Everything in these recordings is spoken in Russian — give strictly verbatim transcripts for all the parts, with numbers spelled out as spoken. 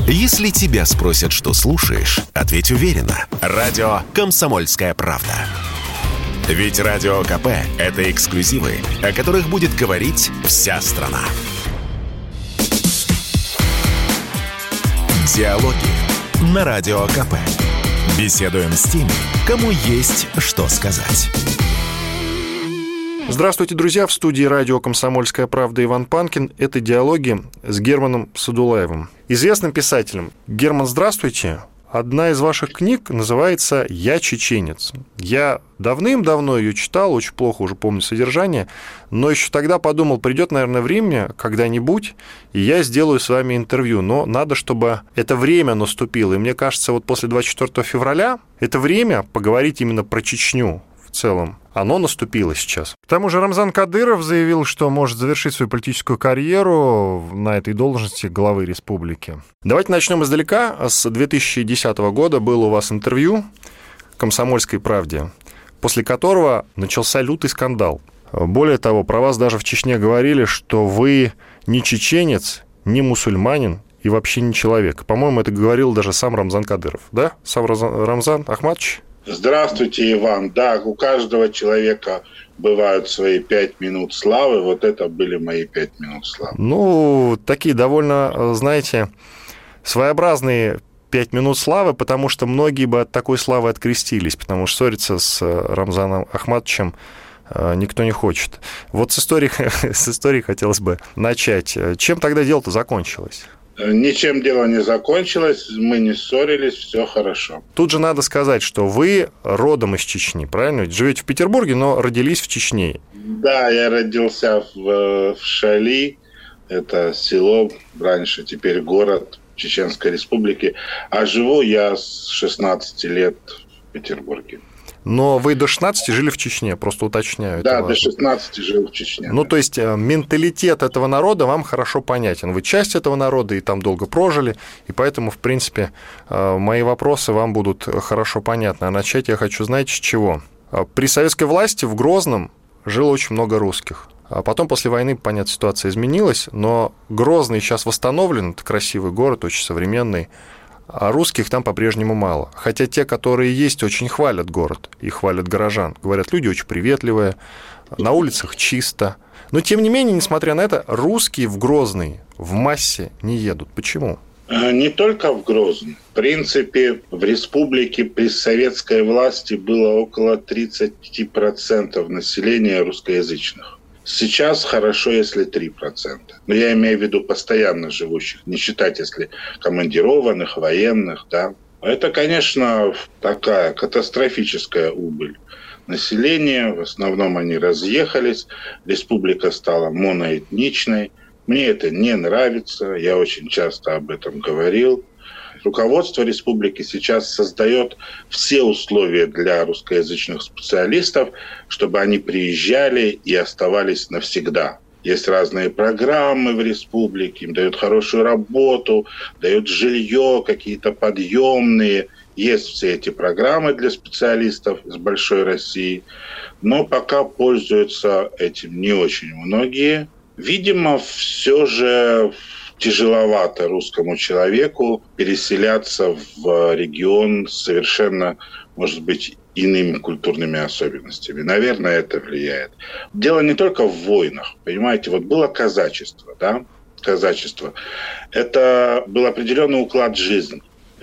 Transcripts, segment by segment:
Если тебя спросят, что слушаешь, ответь уверенно. Радио «Комсомольская правда». Ведь Радио КП – это эксклюзивы, о которых будет говорить вся страна. Диалоги на Радио КП. Беседуем с теми, кому есть что сказать. Здравствуйте, друзья! В студии радио «Комсомольская правда» Иван Панкин. Это «Диалоги» с Германом Садулаевым, известным писателем. Герман, здравствуйте! Одна из ваших книг называется «Я чеченец». Я давным-давно ее читал, очень плохо уже помню содержание, но еще тогда подумал, придет, наверное, время когда-нибудь, и я сделаю с вами интервью. Но надо, чтобы это время наступило. И мне кажется, вот после двадцать четвёртого февраля это время поговорить именно про Чечню в целом. Оно наступило сейчас. К тому же Рамзан Кадыров заявил, что может завершить свою политическую карьеру на этой должности главы республики. Давайте начнем издалека. С две тысячи десятого года было у вас интервью «Комсомольской правде», после которого начался лютый скандал. Более того, про вас даже в Чечне говорили, что вы не чеченец, не мусульманин и вообще не человек. По-моему, это говорил даже сам Рамзан Кадыров. Да? Сам Рамзан Ахматович? Здравствуйте, Иван. Да, у каждого человека бывают свои пять минут славы. Вот это были мои пять минут славы. Ну, такие довольно, знаете, своеобразные пять минут славы, потому что многие бы от такой славы открестились, потому что ссориться с Рамзаном Ахматовичем никто не хочет. Вот с истории, с истории хотелось бы начать. Чем тогда дело-то закончилось? Ничем дело не закончилось, мы не ссорились, все хорошо. Тут же надо сказать, что вы родом из Чечни, правильно? Ведь живете в Петербурге, но родились в Чечне. Да, я родился в, в Шали, это село, раньше теперь город Чеченской Республики, а живу я с шестнадцати лет в Петербурге. Но вы до шестнадцати жили в Чечне, просто уточняю. Да, до шестнадцати жил в Чечне. Ну, да. То есть менталитет этого народа вам хорошо понятен. Вы часть этого народа и там долго прожили, и поэтому, в принципе, мои вопросы вам будут хорошо понятны. А начать я хочу, знаете, с чего? При советской власти в Грозном жило очень много русских. А потом, после войны, понятно, ситуация изменилась, но Грозный сейчас восстановлен, это красивый город, очень современный, а русских там по-прежнему мало. Хотя те, которые есть, очень хвалят город и хвалят горожан. Говорят, люди очень приветливые, на улицах чисто. Но, тем не менее, несмотря на это, русские в Грозный в массе не едут. Почему? Не только в Грозный. В принципе, в республике при советской власти было около тридцать пять процентов населения русскоязычных. Сейчас хорошо, если три процента. Но я имею в виду постоянно живущих, не считать, если командированных, военных, да. Это, конечно, такая катастрофическая убыль населения. В основном они разъехались. Республика стала моноэтничной. Мне это не нравится. Я очень часто об этом говорил. Руководство республики сейчас создает все условия для русскоязычных специалистов, чтобы они приезжали и оставались навсегда. Есть разные программы в республике, им дают хорошую работу, дают жилье, какие-то подъемные. Есть все эти программы для специалистов из большой России, но пока пользуются этим не очень многие. Видимо, все же тяжеловато русскому человеку переселяться в регион с совершенно, может быть, иными культурными особенностями. Наверное, это влияет. Дело не только в войнах. Понимаете, вот было казачество, да? Казачество. Это был определенный уклад жизни.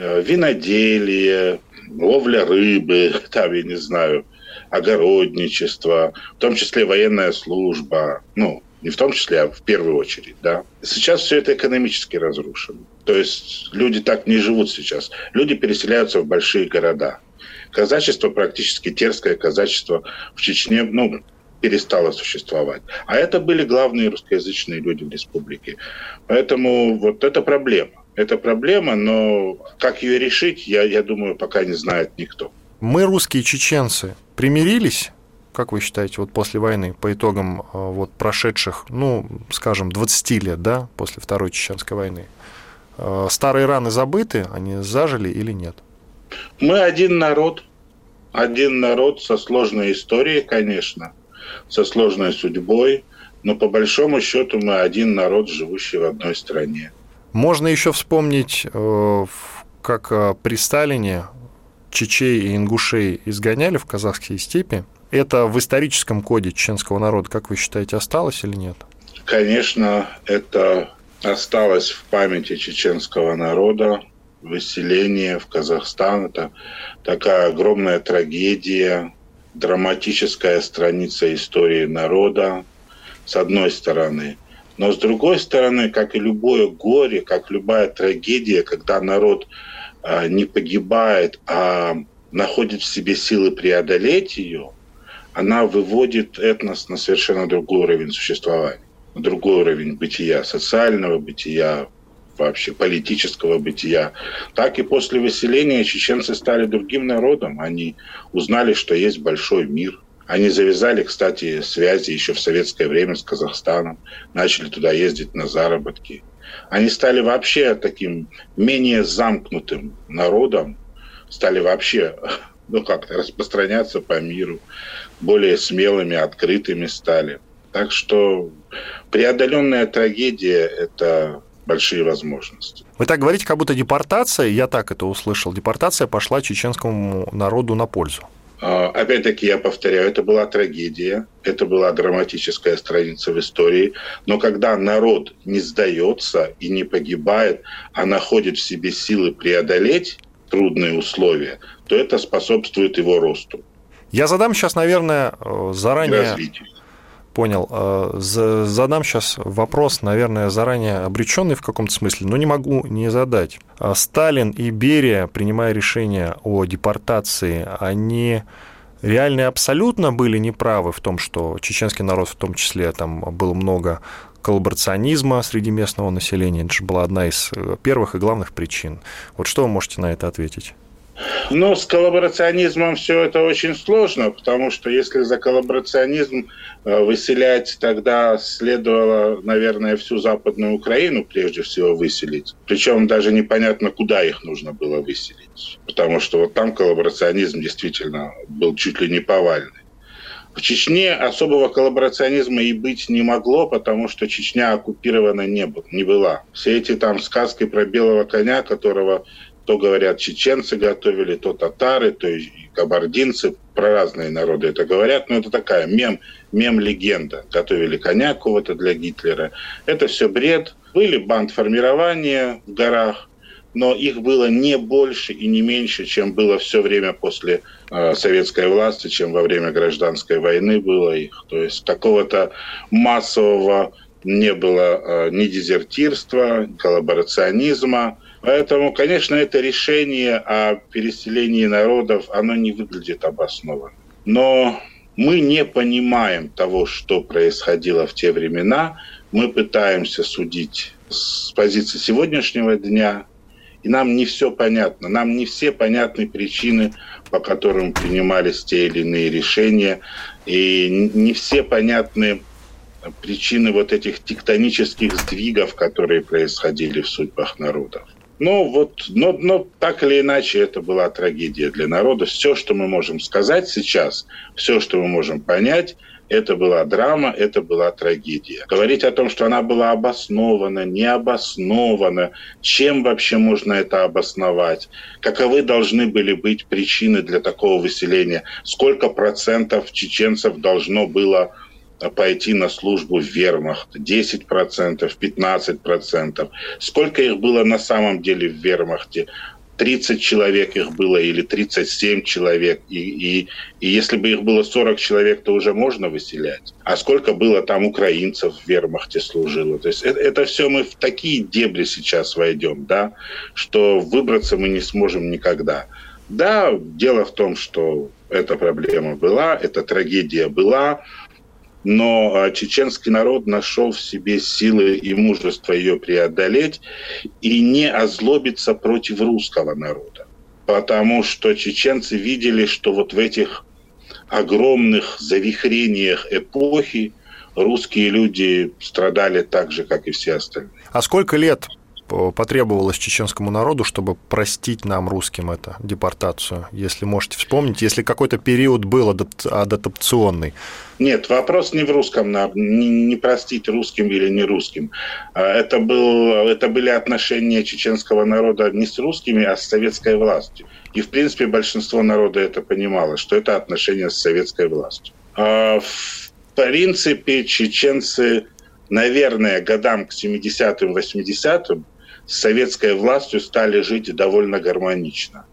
Виноделие, ловля рыбы, там, я не знаю, огородничество, в том числе военная служба, ну, не в том числе, а в первую очередь, да. Сейчас все это экономически разрушено. То есть люди так не живут сейчас. Люди переселяются в большие города. Казачество, практически терское казачество в Чечне, ну, перестало существовать. А это были главные русскоязычные люди в республике. Поэтому вот это проблема. Это проблема, но как ее решить, я, я думаю, пока не знает никто. Мы, русские чеченцы, примирились? Как вы считаете, вот после войны, по итогам вот прошедших, ну, скажем, двадцати лет, да, после Второй Чеченской войны, старые раны забыты, они зажили или нет? Мы один народ, один народ со сложной историей, конечно, со сложной судьбой, но по большому счету мы один народ, живущий в одной стране. Можно еще вспомнить, как при Сталине чечей и ингушей изгоняли в казахские степи. Это в историческом коде чеченского народа, как вы считаете, осталось или нет? Конечно, это осталось в памяти чеченского народа. Выселение в Казахстан – это такая огромная трагедия, драматическая страница истории народа, с одной стороны. Но с другой стороны, как и любое горе, как любая трагедия, когда народ а, не погибает, а находит в себе силы преодолеть ее, она выводит этнос на совершенно другой уровень существования, на другой уровень бытия, социального бытия, вообще политического бытия. Так и после выселения чеченцы стали другим народом. Они узнали, что есть большой мир. Они завязали, кстати, связи еще в советское время с Казахстаном, начали туда ездить на заработки. Они стали вообще таким менее замкнутым народом, стали вообще, ну как-то распространяться по миру, более смелыми, открытыми стали. Так что преодоленная трагедия – это большие возможности. Вы так говорите, как будто депортация, я так это услышал, депортация пошла чеченскому народу на пользу. Опять-таки, я повторяю, это была трагедия, это была драматическая страница в истории, но когда народ не сдается и не погибает, а находит в себе силы преодолеть трудные условия, то это способствует его росту. Я задам сейчас, наверное, заранее... развитию. Понял. Задам сейчас вопрос, наверное, заранее обреченный в каком-то смысле, но не могу не задать. Сталин и Берия, принимая решение о депортации, они реально и абсолютно были неправы в том, что чеченский народ, в том числе, там было много коллаборационизма среди местного населения. Это же была одна из первых и главных причин. Вот что вы можете на это ответить? Ну, с коллаборационизмом все это очень сложно, потому что если за коллаборационизм выселять, тогда следовало, наверное, всю Западную Украину прежде всего выселить. Причем даже непонятно, куда их нужно было выселить, потому что вот там коллаборационизм действительно был чуть ли не повальный. В Чечне особого коллаборационизма и быть не могло, потому что Чечня оккупирована не, был, не была. Все эти там сказки про белого коня, которого... То, говорят, чеченцы готовили, то татары, то и кабардинцы. Про разные народы это говорят. Но это такая мем, мем-легенда. Готовили коня какого-то для Гитлера. Это все бред. Были бандформирования в горах, но их было не больше и не меньше, чем было все время после э, советской власти, чем во время гражданской войны было их. То есть такого-то массового не было э, ни дезертирства, ни коллаборационизма. Поэтому, конечно, это решение о переселении народов, оно не выглядит обоснованным. Но мы не понимаем того, что происходило в те времена. Мы пытаемся судить с позиции сегодняшнего дня, и нам не все понятно. Нам не все понятны причины, по которым принимались те или иные решения, и не все понятны причины вот этих тектонических сдвигов, которые происходили в судьбах народов. Но, вот, но, но так или иначе это была трагедия для народа. Все, что мы можем сказать сейчас, все, что мы можем понять, это была драма, это была трагедия. Говорить о том, что она была обоснована, не обоснована, чем вообще можно это обосновать, каковы должны были быть причины для такого выселения, сколько процентов чеченцев должно было пойти на службу в вермахт, десять процентов, пятнадцать процентов. Сколько их было на самом деле в вермахте? тридцать человек их было или тридцать семь человек. И, и, и если бы их было сорок человек, то уже можно выселять. А сколько было там украинцев в вермахте служило? То есть это, это все мы в такие дебри сейчас войдем, да, что выбраться мы не сможем никогда. Да, дело в том, что эта проблема была, эта трагедия была, но чеченский народ нашел в себе силы и мужество ее преодолеть и не озлобиться против русского народа. Потому что чеченцы видели, что вот в этих огромных завихрениях эпохи русские люди страдали так же, как и все остальные. А сколько лет потребовалось чеченскому народу, чтобы простить нам, русским, это, депортацию? Если можете вспомнить, если какой-то период был адаптационный. Нет, вопрос не в русском, не простить русским или не русским. Это, был, это были отношения чеченского народа не с русскими, а с советской властью. И, в принципе, большинство народа это понимало, что это отношения с советской властью. В принципе, чеченцы, наверное, годам к семидесятым, восьмидесятым с советской властью стали жить довольно гармонично.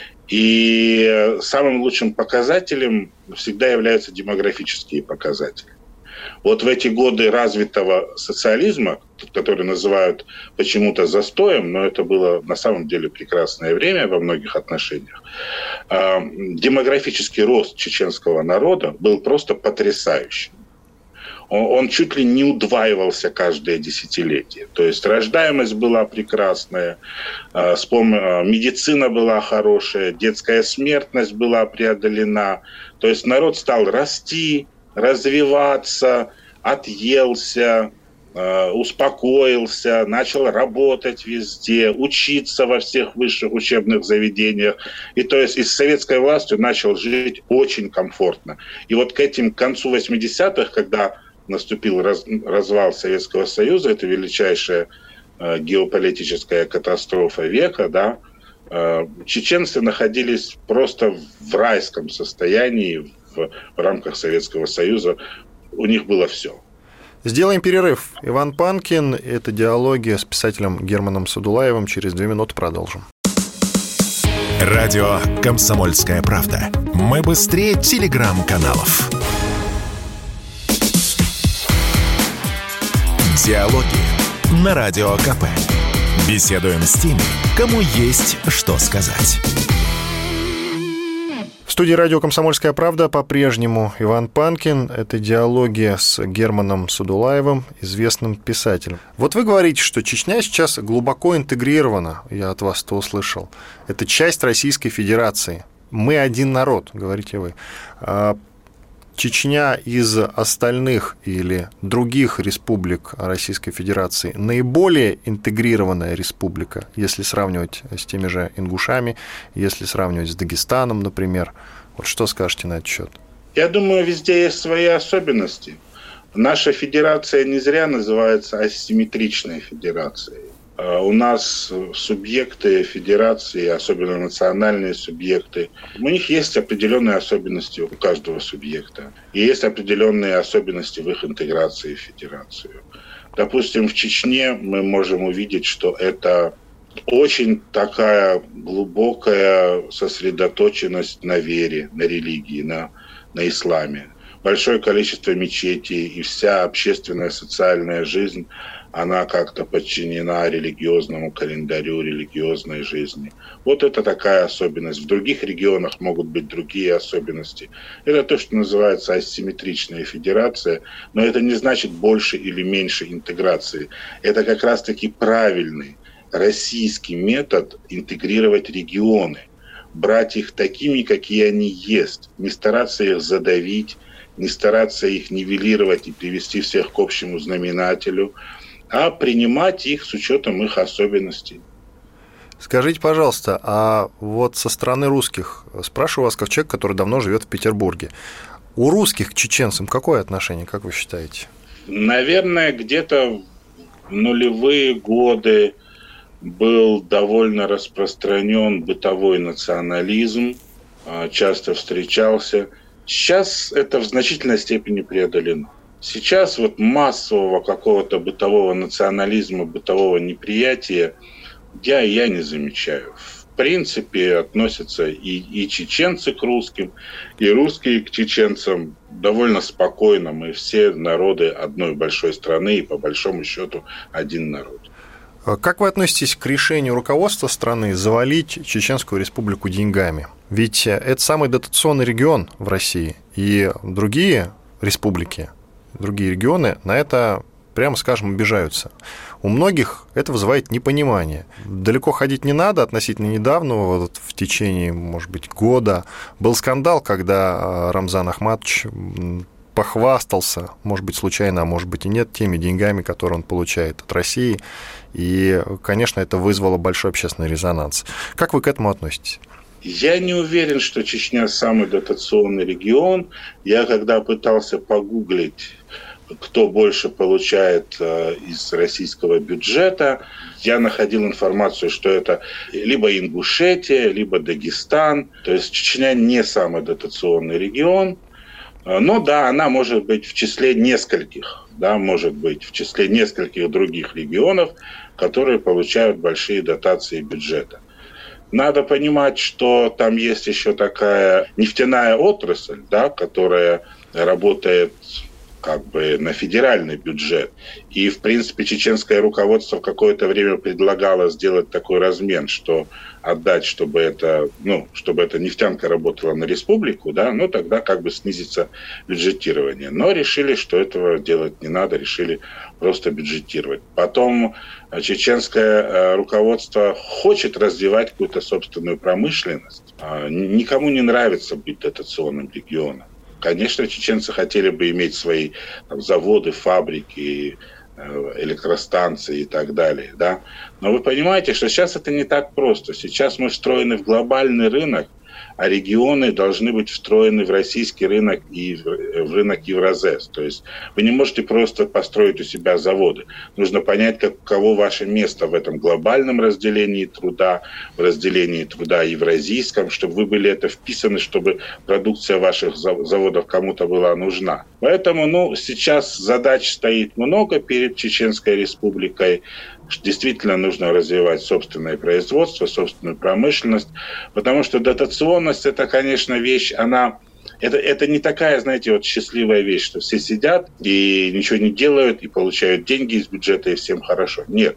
И самым лучшим показателем всегда являются демографические показатели. Вот в эти годы развитого социализма, который называют почему-то застоем, но это было на самом деле прекрасное время во многих отношениях, демографический рост чеченского народа был просто потрясающим. Он чуть ли не удваивался каждое десятилетие. То есть рождаемость была прекрасная, медицина была хорошая, детская смертность была преодолена. То есть народ стал расти, развиваться, отъелся, успокоился, начал работать везде, учиться во всех высших учебных заведениях. И то есть и с советской властью начал жить очень комфортно. И вот к этим к концу восьмидесятых, когда наступил раз, развал Советского Союза, это величайшая э, геополитическая катастрофа века, да, э, чеченцы находились просто в райском состоянии в, в рамках Советского Союза. У них было все. Сделаем перерыв. Иван Панкин. Это диалоги с писателем Германом Садулаевым. Через две минуты продолжим. Радио «Комсомольская правда». Мы быстрее телеграм-каналов. Диалоги на Радио КП. Беседуем с теми, кому есть что сказать. В студии радио «Комсомольская правда» по-прежнему Иван Панкин. Это диалоги с Германом Садулаевым, известным писателем. Вот вы говорите, что Чечня сейчас глубоко интегрирована, я от вас это услышал. Это часть Российской Федерации. Мы один народ, говорите вы. Чечня из остальных или других республик Российской Федерации наиболее интегрированная республика, если сравнивать с теми же ингушами, если сравнивать с Дагестаном, например. Вот что скажете на этот счет? Я думаю, везде есть свои особенности. Наша федерация не зря называется асимметричной федерацией. У нас субъекты федерации, особенно национальные субъекты, у них есть определенные особенности у каждого субъекта. И есть определенные особенности в их интеграции в федерацию. Допустим, в Чечне мы можем увидеть, что это очень такая глубокая сосредоточенность на вере, на религии, на, на исламе. Большое количество мечетей и вся общественная социальная жизнь, она как-то подчинена религиозному календарю, религиозной жизни. Вот это такая особенность. В других регионах могут быть другие особенности. Это то, что называется асимметричная федерация, но это не значит больше или меньше интеграции. Это как раз-таки правильный российский метод интегрировать регионы, брать их такими, какие они есть, не стараться их задавить, не стараться их нивелировать и привести всех к общему знаменателю, а принимать их с учетом их особенностей. Скажите, пожалуйста, а вот со стороны русских, спрашиваю вас как человек, который давно живет в Петербурге, у русских к чеченцам какое отношение, как вы считаете? Наверное, где-то в нулевые годы был довольно распространен бытовой национализм, часто встречался. Сейчас это в значительной степени преодолено. Сейчас вот массового какого-то бытового национализма, бытового неприятия я, я не замечаю. В принципе, относятся и, и чеченцы к русским, и русские к чеченцам довольно спокойно. Мы все народы одной большой страны и, по большому счету, один народ. Как вы относитесь к решению руководства страны завалить Чеченскую Республику деньгами? Ведь это самый дотационный регион в России, и другие республики, другие регионы на это, прямо скажем, обижаются. У многих это вызывает непонимание. Далеко ходить не надо. Относительно недавно, вот в течение, может быть, года, был скандал, когда Рамзан Ахматович похвастался, может быть, случайно, а может быть и нет, теми деньгами, которые он получает от России. И, конечно, это вызвало большой общественный резонанс. Как вы к этому относитесь? Я не уверен, что Чечня самый дотационный регион. Я когда пытался погуглить, кто больше получает э, из российского бюджета, я находил информацию, что это либо Ингушетия, либо Дагестан. То есть Чечня не самый дотационный регион. Но да, она может быть в числе нескольких, да, может быть в числе нескольких других регионов, которые получают большие дотации бюджета. Надо понимать, что там есть еще такая нефтяная отрасль, да, которая работает как бы на федеральный бюджет. И, в принципе, чеченское руководство в какое-то время предлагало сделать такой размен, что отдать, чтобы это, ну, чтобы эта нефтянка работала на республику, да, ну, тогда как бы снизится бюджетирование. Но решили, что этого делать не надо, решили просто бюджетировать. Потом чеченское руководство хочет развивать какую-то собственную промышленность. Никому не нравится быть дотационным регионом. Конечно, чеченцы хотели бы иметь свои там, заводы, фабрики, электростанции и так далее. Да? Но вы понимаете, что сейчас это не так просто. Сейчас мы встроены в глобальный рынок, а регионы должны быть встроены в российский рынок и в рынок Евразес. То есть вы не можете просто построить у себя заводы. Нужно понять, каково ваше место в этом глобальном разделении труда, в разделении труда евразийском, чтобы вы были это вписаны, чтобы продукция ваших заводов кому-то была нужна. Поэтому ну, сейчас задач стоит много перед Чеченской Республикой. Действительно нужно развивать собственное производство, собственную промышленность, потому что дотационность – это, конечно, вещь, она… Это, это не такая, знаете, вот счастливая вещь, что все сидят и ничего не делают, и получают деньги из бюджета, и всем хорошо. Нет.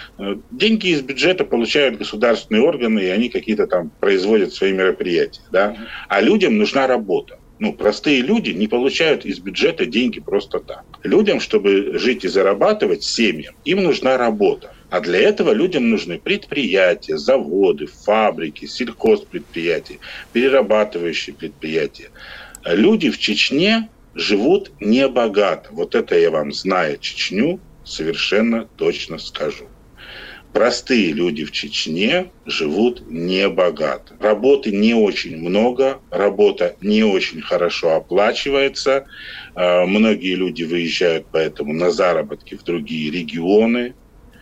Деньги из бюджета получают государственные органы, и они какие-то там производят свои мероприятия. Да? А людям нужна работа. Ну, простые люди не получают из бюджета деньги просто так. Людям, чтобы жить и зарабатывать, семьям, им нужна работа. А для этого людям нужны предприятия, заводы, фабрики, сельхозпредприятия, перерабатывающие предприятия. Люди в Чечне живут небогато. Вот это я вам, зная Чечню, совершенно точно скажу. Простые люди в Чечне живут небогато. Работы не очень много, работа не очень хорошо оплачивается. Многие люди выезжают поэтому на заработки в другие регионы.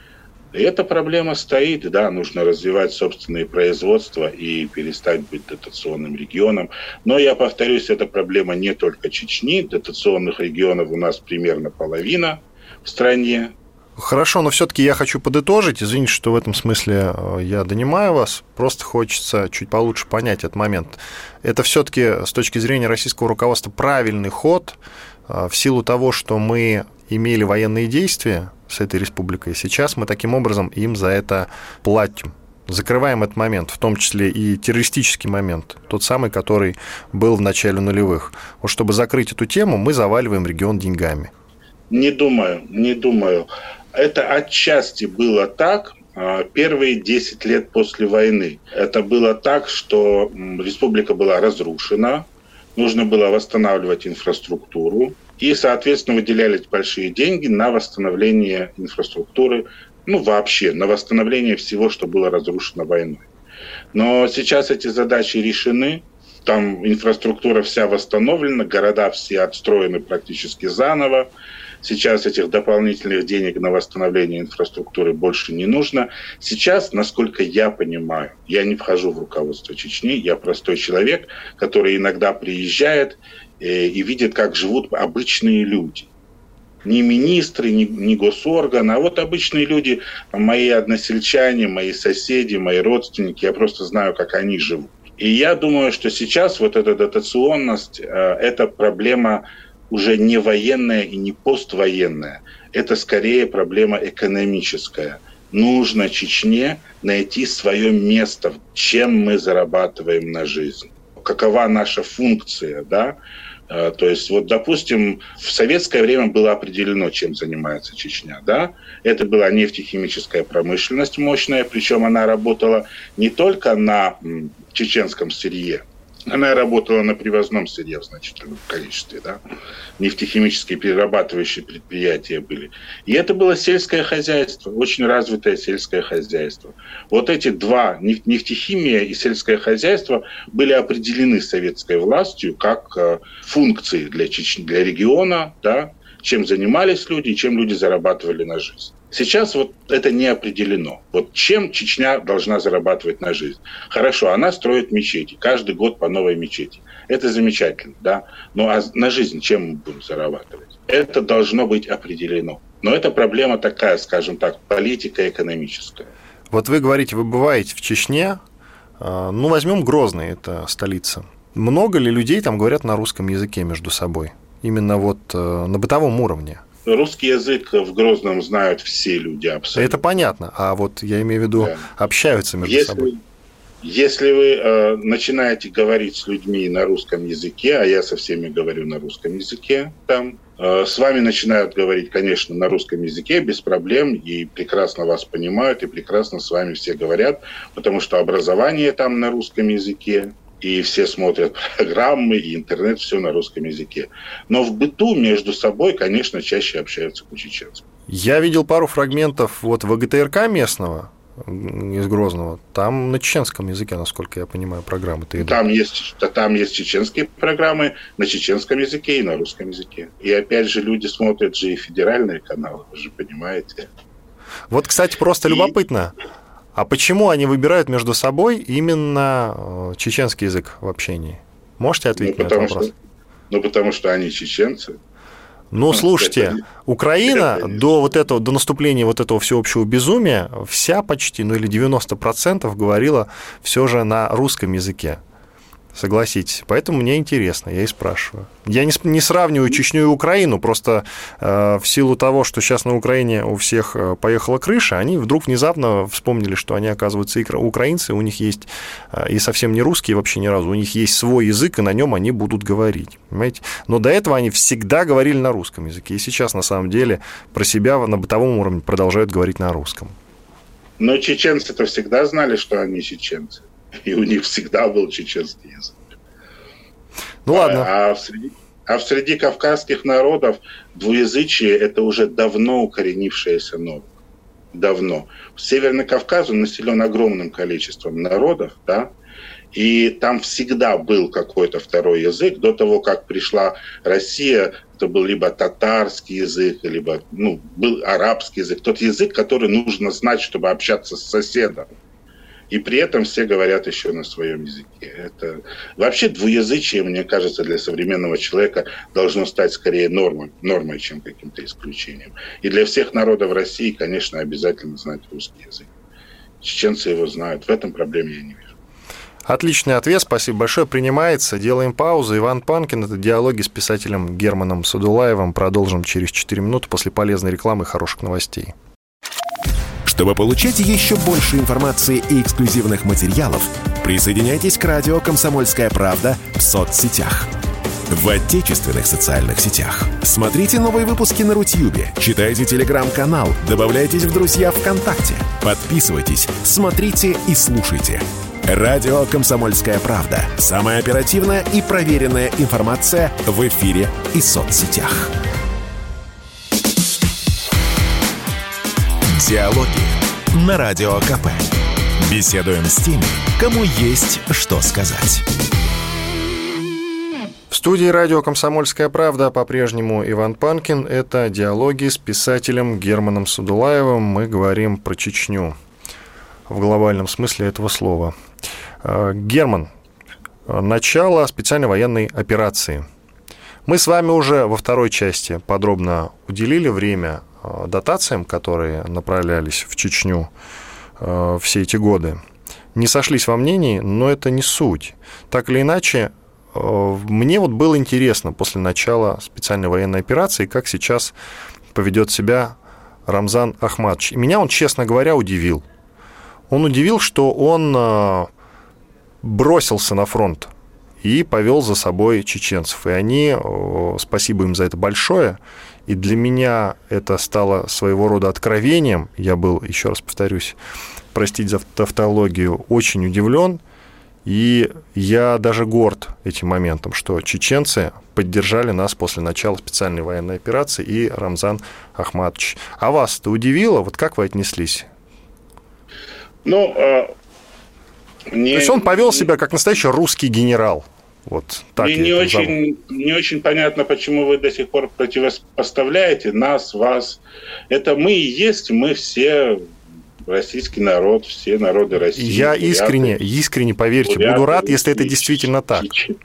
И эта проблема стоит, да, нужно развивать собственные производства и перестать быть дотационным регионом. Но я повторюсь, эта проблема не только Чечни, дотационных регионов у нас примерно половина в стране. Хорошо, но все-таки я хочу подытожить. Извините, что в этом смысле я донимаю вас. Просто хочется чуть получше понять этот момент. Это все-таки с точки зрения российского руководства правильный ход в силу того, что мы имели военные действия с этой республикой. Сейчас мы таким образом им за это платим. Закрываем этот момент, в том числе и террористический момент, тот самый, который был в начале нулевых. Вот чтобы закрыть эту тему, мы заваливаем регион деньгами. Не думаю, не думаю. Это отчасти было так первые десять лет после войны. Это было так, что республика была разрушена, нужно было восстанавливать инфраструктуру, и, соответственно, выделялись большие деньги на восстановление инфраструктуры, ну, вообще, на восстановление всего, что было разрушено войной. Но сейчас эти задачи решены, там инфраструктура вся восстановлена, города все отстроены практически заново. Сейчас этих дополнительных денег на восстановление инфраструктуры больше не нужно. Сейчас, насколько я понимаю, я не вхожу в руководство Чечни, я простой человек, который иногда приезжает и видит, как живут обычные люди. Не министры, не, не госорганы, а вот обычные люди, мои односельчане, мои соседи, мои родственники, я просто знаю, как они живут. И я думаю, что сейчас вот эта дотационность, это проблема уже не военная и не поствоенная. Это скорее проблема экономическая. Нужно Чечне найти свое место, чем мы зарабатываем на жизнь. Какова наша функция, да? То есть, вот, допустим, в советское время было определено, чем занимается Чечня, да? Это была нефтехимическая промышленность мощная, причем она работала не только на чеченском сырье, Она работала на привозном сырье в значительном количестве, да. Нефтехимические перерабатывающие предприятия были. И это было сельское хозяйство, очень развитое сельское хозяйство. Вот эти два, нефтехимия и сельское хозяйство, были определены советской властью как функции для Чечни, для региона, да, чем занимались люди и чем люди зарабатывали на жизнь. Сейчас вот это не определено. Вот чем Чечня должна зарабатывать на жизнь? Хорошо, она строит мечети. Каждый год по новой мечети. Это замечательно, да? Ну а на жизнь чем мы будем зарабатывать? Это должно быть определено. Но это проблема такая, скажем так, политико-экономическая. Вот вы говорите, вы бываете в Чечне. Ну, возьмем Грозный, это столица. Много ли людей там говорят на русском языке между собой? Именно вот на бытовом уровне? Русский язык в Грозном знают все люди абсолютно. Это понятно, а вот я имею в виду, да. общаются между если, собой. Если вы э, начинаете говорить с людьми на русском языке, а я со всеми говорю на русском языке, там, э, с вами начинают говорить, конечно, на русском языке без проблем, и прекрасно вас понимают, и прекрасно с вами все говорят, потому что образование там на русском языке, и все смотрят программы, и интернет, все на русском языке. Но в быту между собой, конечно, чаще общаются по-чеченски. Я видел пару фрагментов вот вэ гэ тэ эр ка местного из Грозного. Там на чеченском языке, насколько я понимаю, программы-то идут. Там есть, там есть чеченские программы на чеченском языке и на русском языке. И опять же, люди смотрят же и федеральные каналы, вы же понимаете. Вот, кстати, просто и... любопытно. А почему они выбирают между собой именно чеченский язык в общении? Можете ответить ну, на этот вопрос? Что, ну, потому что они чеченцы. Ну, слушайте, это, Украина это до, вот этого, до наступления вот этого всеобщего безумия вся почти, ну или девяносто процентов говорила все же на русском языке. Согласитесь. Поэтому мне интересно, я и спрашиваю. Я не, не сравниваю Чечню и Украину, просто э, в силу того, что сейчас на Украине у всех поехала крыша, они вдруг внезапно вспомнили, что они, оказывается, и украинцы, у них есть, э, и совсем не русские вообще ни разу, у них есть свой язык, и на нем они будут говорить. Понимаете? Но до этого они всегда говорили на русском языке, и сейчас, на самом деле, про себя на бытовом уровне продолжают говорить на русском. Но чеченцы-то всегда знали, что они чеченцы. И у них всегда был чеченский язык. Ну ладно. А, а, в среди, а в среди кавказских народов двуязычие – это уже давно укоренившаяся норма. Давно. Северный Кавказ он населен огромным количеством народов, да, и там всегда был какой-то второй язык. До того, как пришла Россия, это был либо татарский язык, либо ну, был арабский язык. Тот язык, который нужно знать, чтобы общаться с соседом. И при этом все говорят еще на своем языке. Это... Вообще двуязычие, мне кажется, для современного человека должно стать скорее нормой, нормой, чем каким-то исключением. И для всех народов России, конечно, обязательно знать русский язык. Чеченцы его знают. В этом проблем я не вижу. Отличный ответ, спасибо большое. Принимается. Делаем паузу. Иван Панкин. Это диалоги с писателем Германом Садулаевым. Продолжим через четыре минуты после полезной рекламы и хороших новостей. Чтобы получать еще больше информации и эксклюзивных материалов, присоединяйтесь к радио «Комсомольская правда» в соцсетях. В отечественных социальных сетях. Смотрите новые выпуски на Рутьюбе, читайте телеграм-канал, добавляйтесь в друзья ВКонтакте, подписывайтесь, смотрите и слушайте. Радио «Комсомольская правда». Самая оперативная и проверенная информация в эфире и соцсетях. Диалоги на Радио КП. Беседуем с теми, кому есть что сказать. В студии радио «Комсомольская правда» по-прежнему Иван Панкин. Это диалоги с писателем Германом Садулаевым. Мы говорим про Чечню в глобальном смысле этого слова. Герман, начало специальной военной операции. Мы с вами уже во второй части подробно уделили время дотациям, которые направлялись в Чечню э, все эти годы. Не сошлись во мнении, но это не суть. Так или иначе, э, мне вот было интересно после начала специальной военной операции, как сейчас поведет себя Рамзан Ахматович. И меня он, честно говоря, удивил. Он удивил, что он э, бросился на фронт и повел за собой чеченцев. И они, э, спасибо им за это большое, и для меня это стало своего рода откровением. Я был, еще раз повторюсь, простите за тавтологию, очень удивлен И я даже горд этим моментом, что чеченцы поддержали нас после начала специальной военной операции и Рамзан Ахматович. А вас это удивило? Вот как вы отнеслись? Ну, э, не, То есть он повел себя как настоящий русский генерал. Вот так мне не очень, не очень понятно, почему вы до сих пор противопоставляете нас, вас. Это мы и есть, мы все... Российский народ, все народы России. Я буряты, искренне, искренне, поверьте, буряты, буду рад, если это действительно так.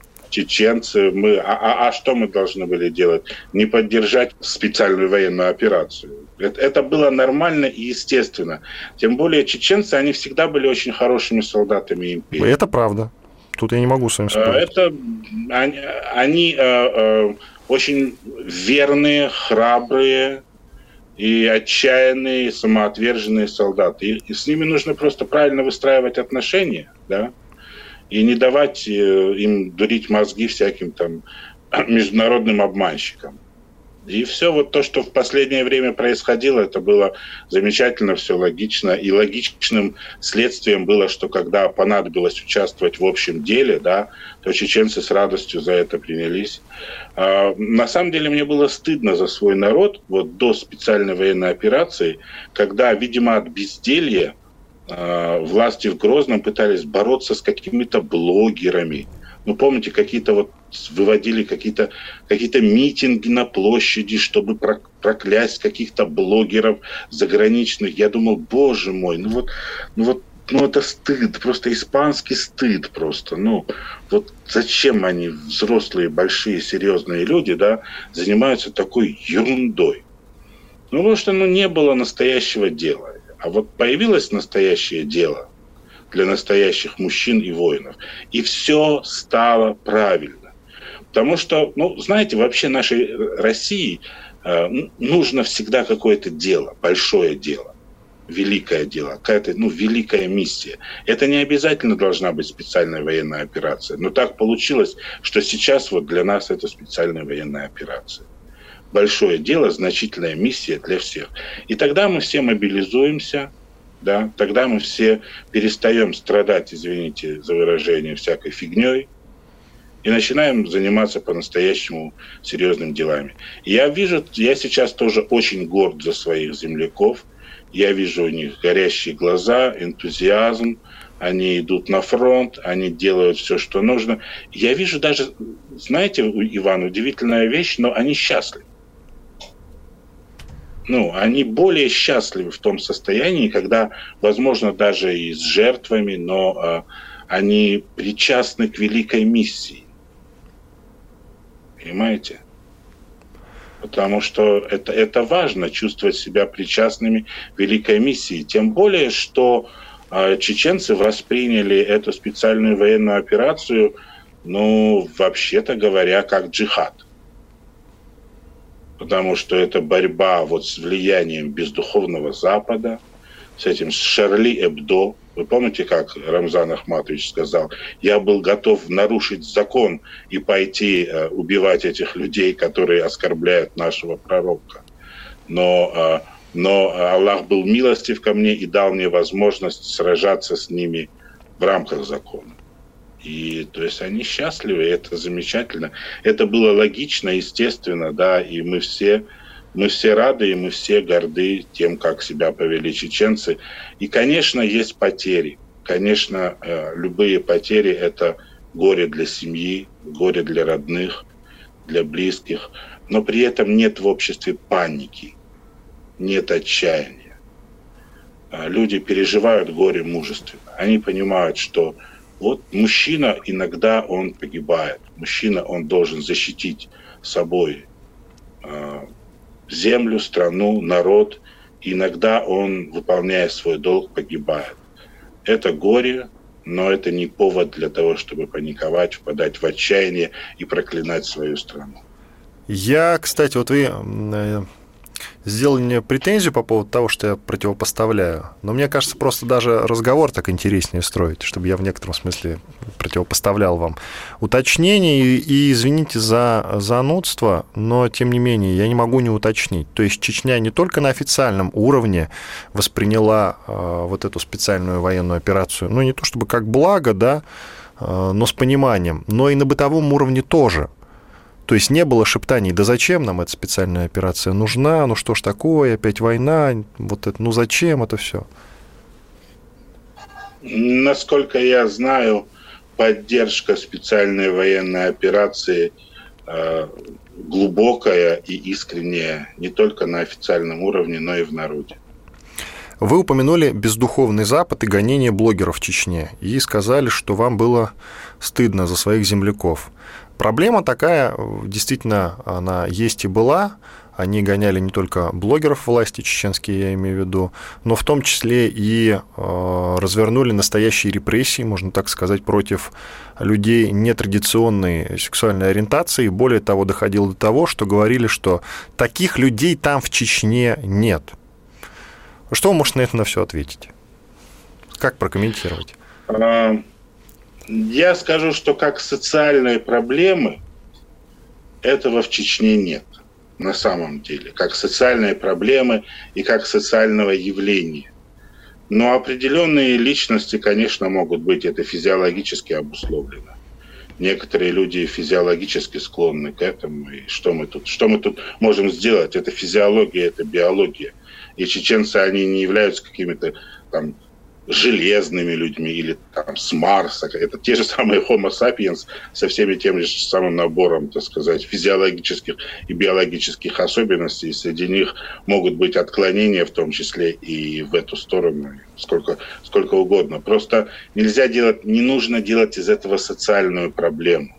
Чеченцы, мы, а, а, а что мы должны были делать? Не поддержать специальную военную операцию. Это, это было нормально и естественно. Тем более чеченцы, они всегда были очень хорошими солдатами империи. Это правда. Тут я не могу с вами спорить. Это, они они э, э, очень верные, храбрые, и отчаянные, самоотверженные солдаты. И, и с ними нужно просто правильно выстраивать отношения, да, и не давать э, им дурить мозги всяким там международным обманщикам. И все вот то, что в последнее время происходило, это было замечательно, все логично. И логичным следствием было, что когда понадобилось участвовать в общем деле, да, то чеченцы с радостью за это принялись. А, на самом деле мне было стыдно за свой народ вот до специальной военной операции, когда, видимо, от безделья а, власти в Грозном пытались бороться с какими-то блогерами. Ну, помните, какие-то вот выводили какие-то, какие-то митинги на площади, чтобы проклясть каких-то блогеров заграничных. Я думал, боже мой, ну вот, ну вот, ну это стыд, просто испанский стыд просто. Ну, вот зачем они, взрослые, большие, серьезные люди, да, занимаются такой ерундой? Ну, потому что, ну, не было настоящего дела. А вот появилось настоящее дело для настоящих мужчин и воинов. И все стало правильно. Потому что, ну, знаете, вообще нашей России э, нужно всегда какое-то дело, большое дело, великое дело, какая-то, ну, великая миссия. Это не обязательно должна быть специальная военная операция. Но так получилось, что сейчас вот для нас это специальная военная операция. Большое дело, значительная миссия для всех. И тогда мы все мобилизуемся, да, тогда мы все перестаем страдать, извините за выражение, всякой фигней и начинаем заниматься по-настоящему серьезными делами. Я вижу, я сейчас тоже очень горд за своих земляков. Я вижу у них горящие глаза, энтузиазм. Они идут на фронт, они делают все, что нужно. Я вижу даже, знаете, Иван, удивительная вещь, но они счастливы. Ну, они более счастливы в том состоянии, когда, возможно, даже и с жертвами, но э, они причастны к великой миссии. Понимаете? Потому что это, это важно, чувствовать себя причастными к великой миссии. Тем более, что э, чеченцы восприняли эту специальную военную операцию, ну, вообще-то говоря, как джихад. Потому что это борьба вот с влиянием бездуховного Запада, с этим с Шарли Эбдо. Вы помните, как Рамзан Ахматович сказал, я был готов нарушить закон и пойти э, убивать этих людей, которые оскорбляют нашего пророка. Но, э, но Аллах был милостив ко мне и дал мне возможность сражаться с ними в рамках закона. И, то есть, они счастливы, это замечательно. Это было логично, естественно, да, и мы все, мы все рады, и мы все горды тем, как себя повели чеченцы. И, конечно, есть потери. Конечно, любые потери – это горе для семьи, горе для родных, для близких. Но при этом нет в обществе паники, нет отчаяния. Люди переживают горе мужественно. Они понимают, что вот мужчина иногда он погибает. Мужчина, он должен защитить собой э, землю, страну, народ. И иногда он, выполняя свой долг, погибает. Это горе, но это не повод для того, чтобы паниковать, впадать в отчаяние и проклинать свою страну. Я, кстати, вот вы сделали мне претензию по поводу того, что я противопоставляю, но мне кажется, просто даже разговор так интереснее строить, чтобы я в некотором смысле противопоставлял вам уточнение, и, и извините за занудство, но, тем не менее, я не могу не уточнить. То есть Чечня не только на официальном уровне восприняла э, вот эту специальную военную операцию, ну, не то чтобы как благо, да, но с пониманием, но и на бытовом уровне тоже. То есть не было шептаний, да зачем нам эта специальная операция нужна, ну что ж такое, опять война, вот это, ну зачем это все? Насколько я знаю, поддержка специальной военной операции э, глубокая и искренняя не только на официальном уровне, но и в народе. Вы упомянули бездуховный Запад и гонение блогеров в Чечне, и сказали, что вам было стыдно за своих земляков. Проблема такая, действительно, она есть и была. Они гоняли не только блогеров власти чеченские, я имею в виду, но в том числе и э, развернули настоящие репрессии, можно так сказать, против людей нетрадиционной сексуальной ориентации. Более того, доходило до того, что говорили, что таких людей там в Чечне нет. Что вы можете на это на все ответить? Как прокомментировать? Я скажу, что как социальные проблемы этого в Чечне нет. На самом деле, как социальные проблемы и как социального явления. Но определенные личности, конечно, могут быть это физиологически обусловлено. Некоторые люди физиологически склонны к этому. И что мы тут, что мы тут можем сделать? Это физиология, это биология. И чеченцы, они не являются какими-то там железными людьми или там с Марса. Это те же самые Homo sapiens со всеми тем же самым набором, так сказать, физиологических и биологических особенностей. И среди них могут быть отклонения, в том числе и в эту сторону, сколько, сколько угодно. Просто нельзя делать, не нужно делать из этого социальную проблему.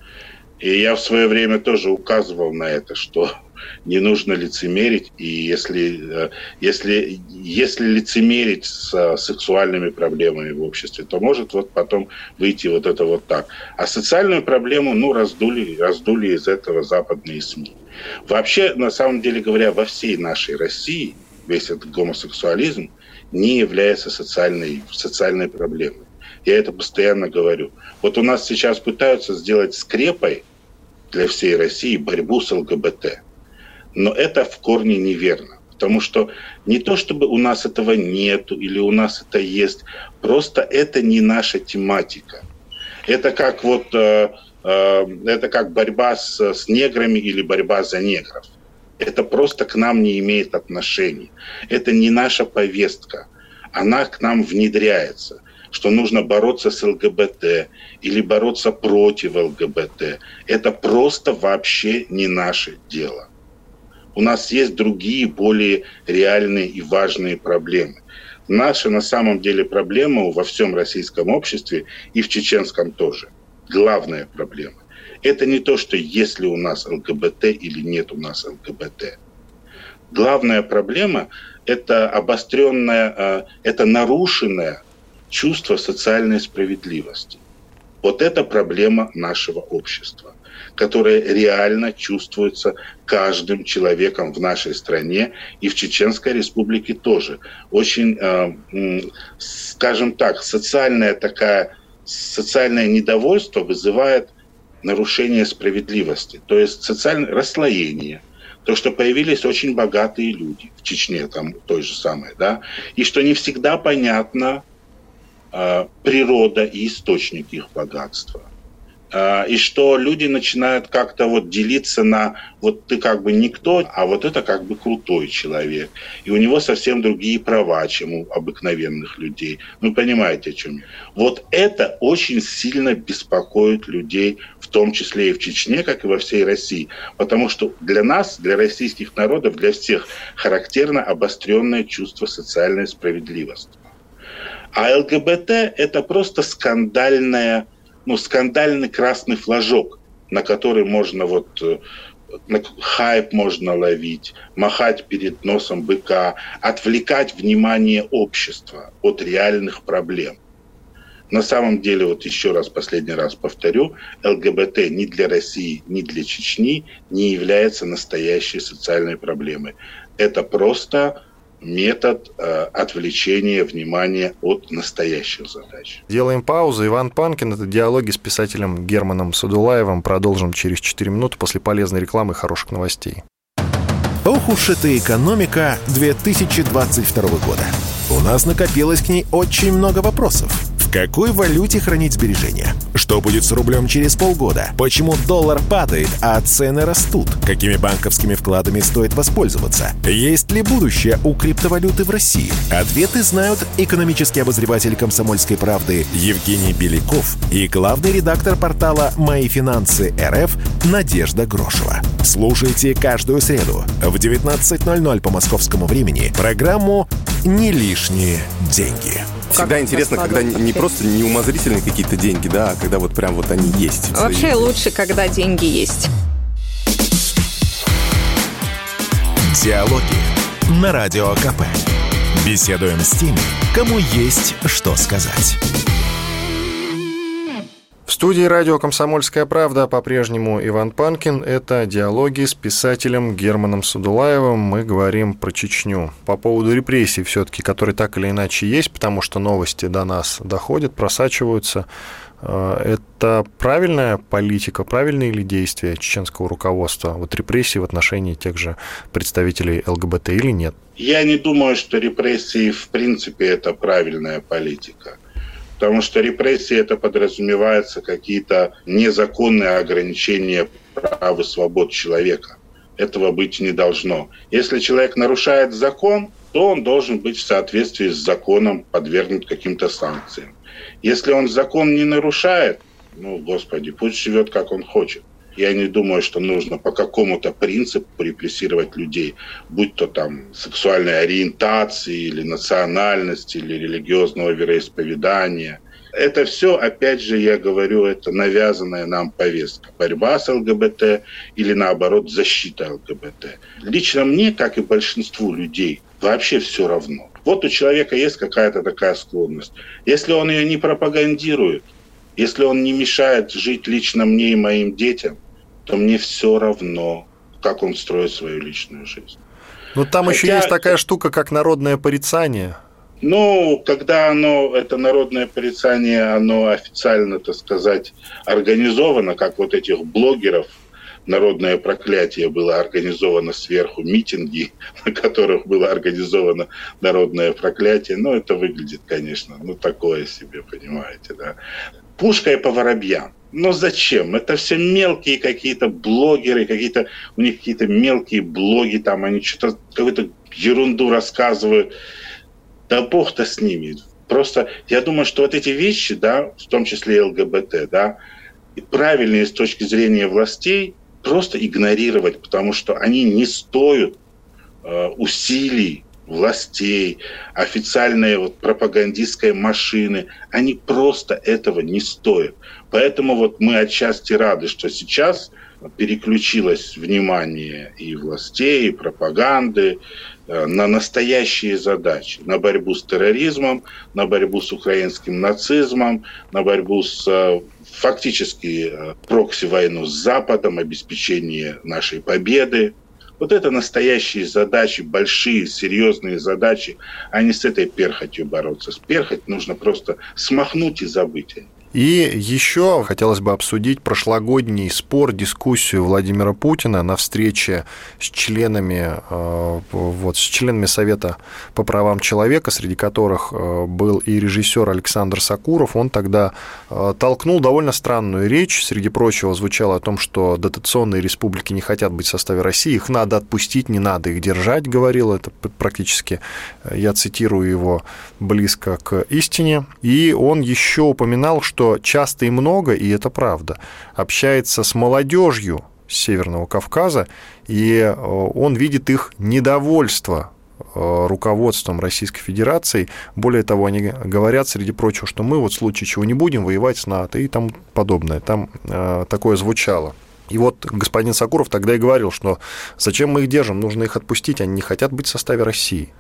И я в свое время тоже указывал на это, что не нужно лицемерить, и если, если, если лицемерить с сексуальными проблемами в обществе, то может вот потом выйти вот это вот так. А социальную проблему, ну, раздули, раздули из этого западные СМИ. Вообще, на самом деле говоря, во всей нашей России весь этот гомосексуализм не является социальной, социальной проблемой. Я это постоянно говорю. Вот у нас сейчас пытаются сделать скрепой для всей России борьбу с ЛГБТ. Но это в корне неверно. Потому что не то, чтобы у нас этого нету или у нас это есть, просто это не наша тематика. Это как, вот, э, э, это как борьба с, с неграми или борьба за негров. Это просто к нам не имеет отношения. Это не наша повестка. Она к нам внедряется. Что нужно бороться с ЛГБТ или бороться против ЛГБТ. Это просто вообще не наше дело. У нас есть другие, более реальные и важные проблемы. Наша на самом деле проблема во всем российском обществе и в чеченском тоже. Главная проблема. Это не то, что есть ли у нас ЛГБТ или нет у нас ЛГБТ. Главная проблема – это обостренное, это нарушенное чувство социальной справедливости. Вот это проблема нашего общества, которая реально чувствуется каждым человеком в нашей стране и в Чеченской Республике тоже. Очень, э, скажем так, социальное, такая, социальное недовольство вызывает нарушение справедливости, то есть социальное расслоение. То, что появились очень богатые люди в Чечне, там той же самой, да, и что не всегда понятно э, природа и источник их богатства. И что люди начинают как-то вот делиться на вот ты как бы никто, а вот это как бы крутой человек. И у него совсем другие права, чем у обыкновенных людей. Ну, понимаете, о чем я. Вот это очень сильно беспокоит людей, в том числе и в Чечне, как и во всей России. Потому что для нас, для российских народов, для всех характерно обостренное чувство социальной справедливости. А ЛГБТ – это просто скандальная ну, скандальный красный флажок, на который можно вот на хайп можно ловить, махать перед носом быка, отвлекать внимание общества от реальных проблем. На самом деле, вот еще раз, последний раз повторю, ЛГБТ ни для России, ни для Чечни не является настоящей социальной проблемой. Это просто метод э, отвлечения внимания от настоящих задач. Делаем паузу. Иван Панкин. Это диалоги с писателем Германом Садулаевым. Продолжим через четыре минуты после полезной рекламы и хороших новостей. Ох уж эта экономика две тысячи двадцать второго года. У нас накопилось к ней очень много вопросов. В какой валюте хранить сбережения? Что будет с рублем через полгода? Почему доллар падает, а цены растут? Какими банковскими вкладами стоит воспользоваться? Есть ли будущее у криптовалюты в России? Ответы знают экономический обозреватель «Комсомольской правды» Евгений Беляков и главный редактор портала «Мои финансы РФ» Надежда Грошева. Слушайте каждую среду в девятнадцать ноль ноль по московскому времени программу «Не лишние деньги». Всегда как интересно, когда вообще не просто неумозрительные какие-то деньги, да, а когда вот прям вот они есть. Вообще лучше, когда деньги есть. Диалоги на Радио КП. Беседуем с теми, кому есть что сказать. В студии радио «Комсомольская правда» по-прежнему Иван Панкин. Это диалоги с писателем Германом Садулаевым. Мы говорим про Чечню. По поводу репрессий все-таки, которые так или иначе есть, потому что новости до нас доходят, просачиваются. Это правильная политика, правильные ли действия чеченского руководства? Вот репрессии в отношении тех же представителей ЛГБТ или нет? Я не думаю, что репрессии в принципе это правильная политика. Потому что репрессии это подразумеваются какие-то незаконные ограничения прав и свобод человека. Этого быть не должно. Если человек нарушает закон, то он должен быть в соответствии с законом подвергнут каким-то санкциям. Если он закон не нарушает, ну, господи, пусть живет как он хочет. Я не думаю, что нужно по какому-то принципу репрессировать людей, будь то там сексуальной ориентации, или национальности, или религиозного вероисповедания. Это все, опять же, я говорю, это навязанная нам повестка. Борьба с ЛГБТ или, наоборот, защита ЛГБТ. Лично мне, как и большинству людей, вообще все равно. Вот у человека есть какая-то такая склонность. Если он ее не пропагандирует, если он не мешает жить лично мне и моим детям, то мне все равно, как он строит свою личную жизнь. Но там Хотя... еще есть такая штука, как народное порицание. Ну, когда оно, это народное порицание, оно официально, так сказать, организовано, как вот этих блогеров, народное проклятие было организовано сверху, митинги, на которых было организовано народное проклятие. Ну, это выглядит, конечно, ну, такое себе, понимаете, да. Пушкой по воробьям. Но зачем? Это все мелкие какие-то блогеры, какие-то, у них какие-то мелкие блоги, там они что-то, какую-то ерунду рассказывают. Да бог-то с ними. Просто я думаю, что вот эти вещи, да, в том числе и ЛГБТ, да, правильные с точки зрения властей, просто игнорировать, потому что они не стоят э, усилий властей, официальной вот пропагандистской машины. Они просто этого не стоят. Поэтому вот мы отчасти рады, что сейчас переключилось внимание и властей, и пропаганды э, на настоящие задачи. На борьбу с терроризмом, на борьбу с украинским нацизмом, на борьбу с э, фактически э, прокси-войну с Западом, обеспечение нашей победы. Вот это настоящие задачи, большие, серьезные задачи, а не с этой перхотью бороться. С перхоть нужно просто смахнуть и забыть о ней. И еще хотелось бы обсудить прошлогодний спор, дискуссию Владимира Путина на встрече с членами, вот, с членами Совета по правам человека, среди которых был и режиссер Александр Сакуров. Он тогда толкнул довольно странную речь. Среди прочего звучало о том, что дотационные республики не хотят быть в составе России, их надо отпустить, не надо их держать, говорил. Это практически, я цитирую его, близко к истине. И он еще упоминал, что что часто и много, и это правда, общается с молодежью Северного Кавказа, и он видит их недовольство руководством Российской Федерации. Более того, они говорят, среди прочего, что мы вот в случае чего не будем воевать с НАТО и тому подобное. Там такое звучало. И вот господин Сакуров тогда и говорил, что зачем мы их держим, нужно их отпустить, они не хотят быть в составе России.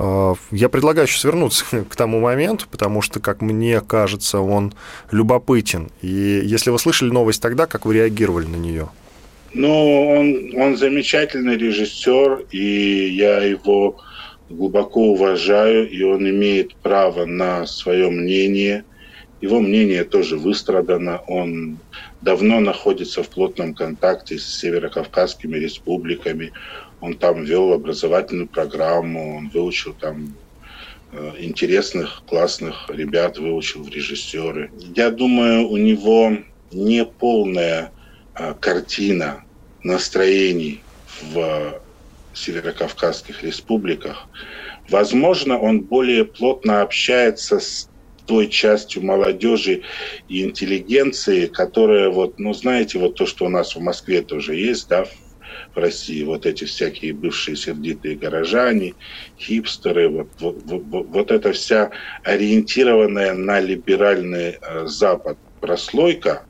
Я предлагаю сейчас вернуться к тому моменту, потому что, как мне кажется, он любопытен. И если вы слышали новость тогда, как вы реагировали на нее? Ну, он, он замечательный режиссер, и я его глубоко уважаю, и он имеет право на свое мнение. Его мнение тоже выстрадано. Он давно находится в плотном контакте с северокавказскими республиками. Он там вел образовательную программу, он выучил там интересных, классных ребят выучил в режиссеры. Я думаю, у него не полная картина настроений в северокавказских республиках. Возможно, он более плотно общается с той частью молодежи и интеллигенции, которая, вот, ну, знаете, вот то, что у нас в Москве тоже есть, да, в России, вот эти всякие бывшие сердитые горожане, хипстеры, вот, вот, вот, вот эта вся ориентированная на либеральный э, Запад прослойка,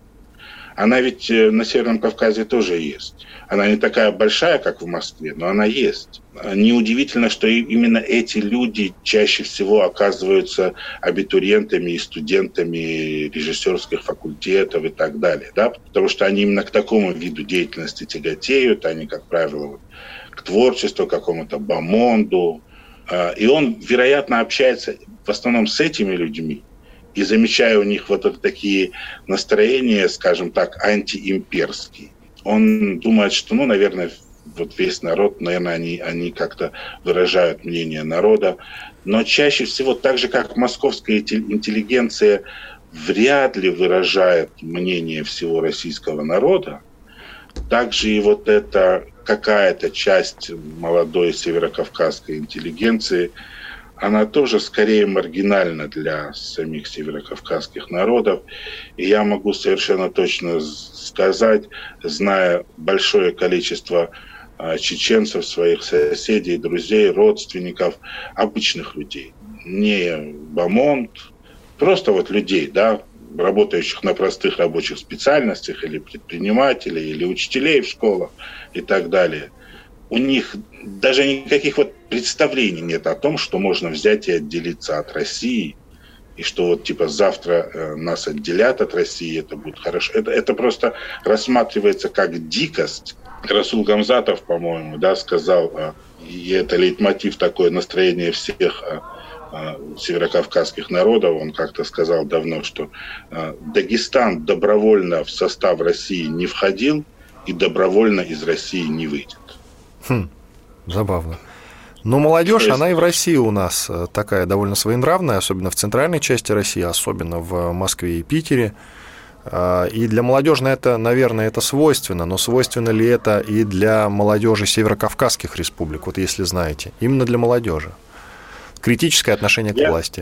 она ведь на Северном Кавказе тоже есть. Она не такая большая, как в Москве, но она есть. Неудивительно, что именно эти люди чаще всего оказываются абитуриентами и студентами режиссерских факультетов и так далее. Да? Потому что они именно к такому виду деятельности тяготеют. Они, как правило, вот, к творчеству, к какому-то бомонду. И он, вероятно, общается в основном с этими людьми. И замечая у них вот это такие настроения, скажем так, антиимперские. Он думает, что, ну, наверное, вот весь народ, наверное, они, они как-то выражают мнение народа. Но чаще всего, так же, как московская интеллигенция вряд ли выражает мнение всего российского народа, также и вот эта какая-то часть молодой северокавказской интеллигенции, она тоже скорее маргинальна для самих северокавказских народов. И я могу совершенно точно сказать, зная большое количество а, чеченцев, своих соседей, друзей, родственников, обычных людей. Не бомонд, просто вот людей, да, работающих на простых рабочих специальностях, или предпринимателей, или учителей в школах и так далее. У них даже никаких вот представлений нет о том, что можно взять и отделиться от России, и что вот типа завтра э, нас отделят от России, это будет хорошо. Это, это просто рассматривается как дикость. Расул Гамзатов, по-моему, да, сказал, э, и это лейтмотив такое настроение всех э, э, северокавказских народов, он как-то сказал давно, что э, Дагестан добровольно в состав России не входил и добровольно из России не выйдет. Хм, забавно. Но молодежь, есть... она и в России у нас такая довольно своенравная, особенно в центральной части России, особенно в Москве и Питере. И для молодежи это, наверное, это свойственно, но свойственно ли это и для молодежи северокавказских республик, вот если знаете, именно для молодежи? Критическое отношение я, к власти.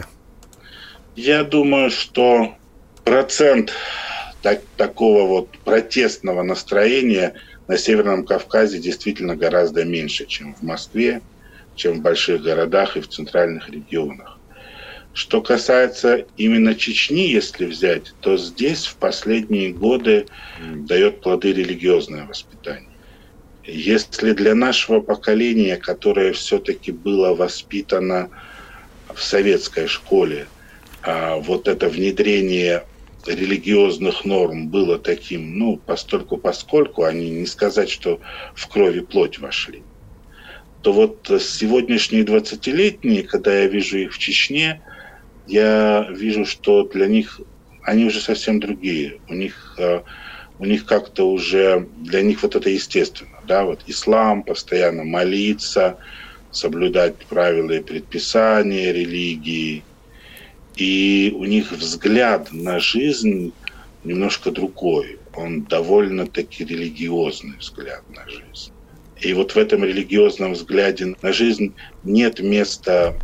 Я думаю, что процент так, такого вот протестного настроения на Северном Кавказе действительно гораздо меньше, чем в Москве, чем в больших городах и в центральных регионах. Что касается именно Чечни, если взять, то здесь в последние годы дает плоды религиозное воспитание. Если для нашего поколения, которое все-таки было воспитано в советской школе, вот это внедрение религиозных норм было таким, ну, постольку поскольку, они не сказать, что в кровь и плоть вошли, то вот сегодняшние двадцатилетние, когда я вижу их в Чечне, я вижу, что для них они уже совсем другие. У них, у них как-то уже, для них вот это естественно, да, вот ислам, постоянно молиться, соблюдать правила и предписания религии. И у них взгляд на жизнь немножко другой. Он довольно-таки религиозный взгляд на жизнь. И вот в этом религиозном взгляде на жизнь нет места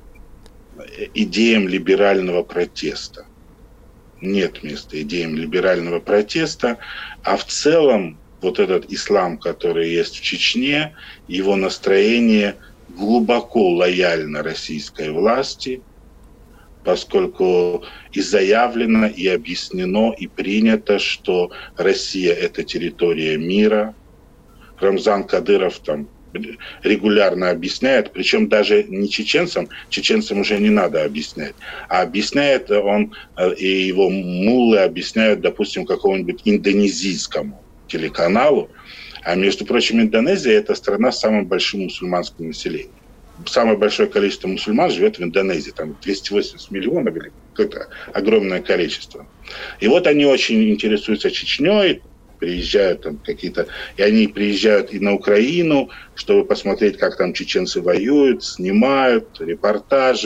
идеям либерального протеста. Нет места идеям либерального протеста. А в целом вот этот ислам, который есть в Чечне, его настроение глубоко лояльно российской власти, поскольку и заявлено, и объяснено, и принято, что Россия – это территория мира. Рамзан Кадыров там регулярно объясняет, причем даже не чеченцам, чеченцам уже не надо объяснять, а объясняет он, и его муллы объясняют, допустим, какому-нибудь индонезийскому телеканалу. А, между прочим, Индонезия – это страна с самым большим мусульманским населением. Самое большое количество мусульман живет в Индонезии, там двести восемьдесят миллионов или какое-то огромное количество. И вот они очень интересуются Чечней, приезжают там какие-то, и они приезжают и на Украину, чтобы посмотреть, как там чеченцы воюют, снимают репортажи,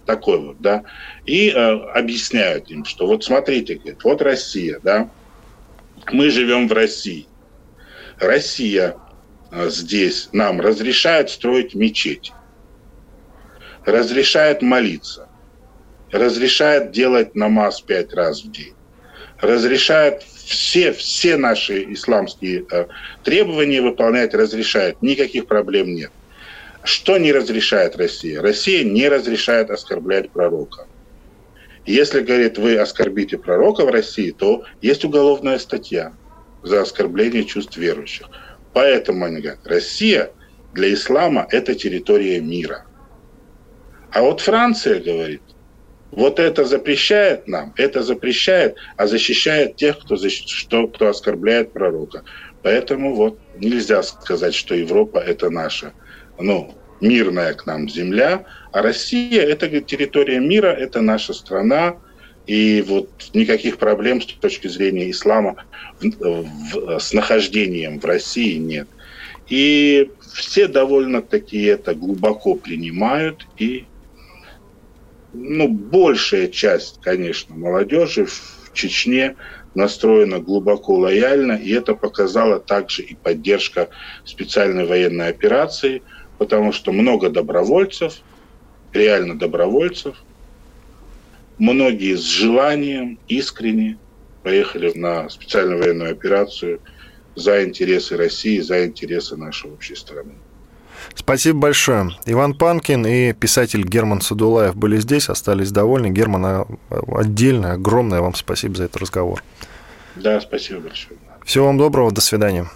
такой вот, да, и э, объясняют им, что вот смотрите, говорит, вот Россия, да, мы живем в России. Россия э, здесь нам разрешает строить мечети, разрешает молиться, разрешает делать намаз пять раз в день, разрешает все, все наши исламские э, требования выполнять, разрешает, никаких проблем нет. Что не разрешает Россия? Россия не разрешает оскорблять пророка. Если, говорит, вы оскорбите пророка в России, то есть уголовная статья за оскорбление чувств верующих. Поэтому они говорят, Россия для ислама – это территория мира. А вот Франция говорит, вот это запрещает нам, это запрещает, а защищает тех, кто, защищ... что, кто оскорбляет пророка. Поэтому вот нельзя сказать, что Европа – это наша, ну, мирная к нам земля, а Россия – это территория мира, это наша страна, и вот никаких проблем с точки зрения ислама в, в, с нахождением в России нет. И все довольно-таки это глубоко принимают, и ну, большая часть, конечно, молодежи в Чечне настроена глубоко лояльно, и это показала также и поддержка специальной военной операции, потому что много добровольцев, реально добровольцев, многие с желанием, искренне поехали на специальную военную операцию за интересы России, за интересы нашей общей страны. Спасибо большое. Иван Панкин и писатель Герман Садулаев были здесь, остались довольны. Герман, отдельно огромное вам спасибо за этот разговор. Да, спасибо большое. Всего вам доброго, до свидания.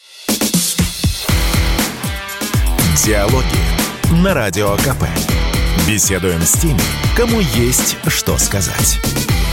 Диалоги на Радио КП. Беседуем с теми, кому есть что сказать.